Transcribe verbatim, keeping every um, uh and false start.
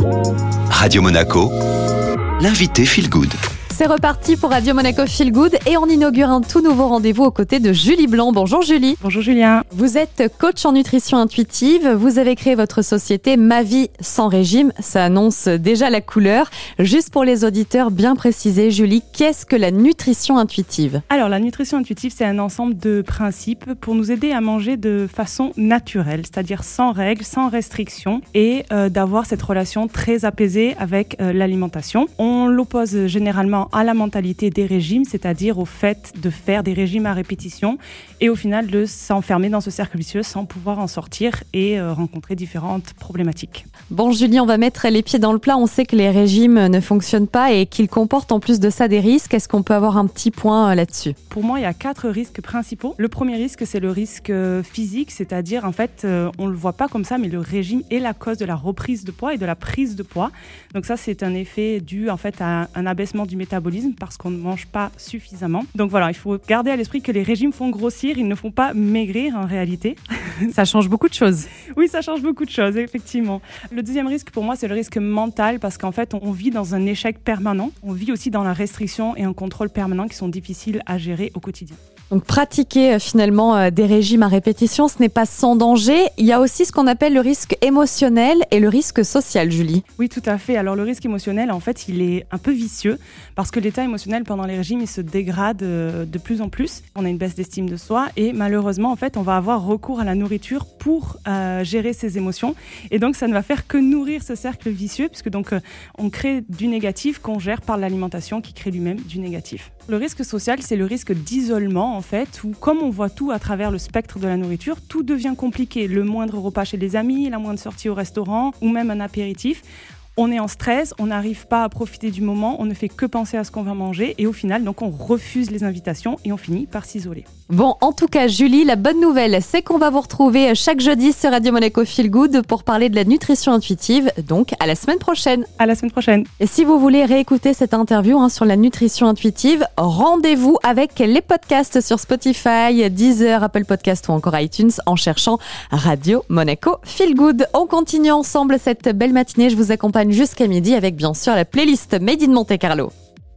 Radio Monaco, l'invité Feel Good. C'est reparti pour Radio Monaco Feel Good et on inaugure un tout nouveau rendez-vous aux côtés de Julie Blanc. Bonjour Julie. Bonjour Julien. Vous êtes coach en nutrition intuitive. Vous avez créé votre société Ma Vie Sans Régime. Ça annonce déjà la couleur. Juste pour les auditeurs, bien préciser, Julie, qu'est-ce que la nutrition intuitive ? Alors la nutrition intuitive, c'est un ensemble de principes pour nous aider à manger de façon naturelle, c'est-à-dire sans règles, sans restrictions et euh, d'avoir cette relation très apaisée avec euh, l'alimentation. On l'oppose généralement à la mentalité des régimes, c'est-à-dire au fait de faire des régimes à répétition et au final de s'enfermer dans ce cercle vicieux sans pouvoir en sortir et euh, rencontrer différentes problématiques. Bon Julie, on va mettre les pieds dans le plat. On sait que les régimes ne fonctionnent pas et qu'ils comportent en plus de ça des risques. Est-ce qu'on peut avoir un petit point là-dessus ? Pour moi, il y a quatre risques principaux. Le premier risque, c'est le risque physique, c'est-à-dire en fait, euh, on ne le voit pas comme ça, mais le régime est la cause de la reprise de poids et de la prise de poids. Donc ça, c'est un effet dû en fait à un abaissement du métabolisme parce qu'on ne mange pas suffisamment. Donc voilà, il faut garder à l'esprit que les régimes font grossir, ils ne font pas maigrir en réalité. Ça change beaucoup de choses. Oui, ça change beaucoup de choses, effectivement. Le deuxième risque pour moi, c'est le risque mental parce qu'en fait, on vit dans un échec permanent. On vit aussi dans la restriction et un contrôle permanent qui sont difficiles à gérer au quotidien. Donc pratiquer finalement des régimes à répétition, ce n'est pas sans danger. Il y a aussi ce qu'on appelle le risque émotionnel et le risque social, Julie. Oui, tout à fait. Alors le risque émotionnel, en fait, il est un peu vicieux parce que l'état émotionnel pendant les régimes, il se dégrade de plus en plus. On a une baisse d'estime de soi et malheureusement, en fait, on va avoir recours à la nourriture pour euh, gérer ses émotions. Et donc, ça ne va faire que nourrir ce cercle vicieux puisque donc euh, on crée du négatif qu'on gère par l'alimentation qui crée lui-même du négatif. Le risque social, c'est le risque d'isolement, en fait, où comme on voit tout à travers le spectre de la nourriture, tout devient compliqué. Le moindre repas chez les amis, la moindre sortie au restaurant ou même un apéritif. On est en stress, on n'arrive pas à profiter du moment, on ne fait que penser à ce qu'on va manger et au final, donc on refuse les invitations et on finit par s'isoler. Bon, en tout cas, Julie, la bonne nouvelle, c'est qu'on va vous retrouver chaque jeudi sur Radio Monaco Feel Good pour parler de la nutrition intuitive. Donc, à la semaine prochaine. À la semaine prochaine. Et si vous voulez réécouter cette interview hein, sur la nutrition intuitive, rendez-vous avec les podcasts sur Spotify, Deezer, Apple Podcasts ou encore iTunes en cherchant Radio Monaco Feel Good. On continue ensemble cette belle matinée. Je vous accompagne jusqu'à midi avec bien sûr la playlist Made in Monte Carlo.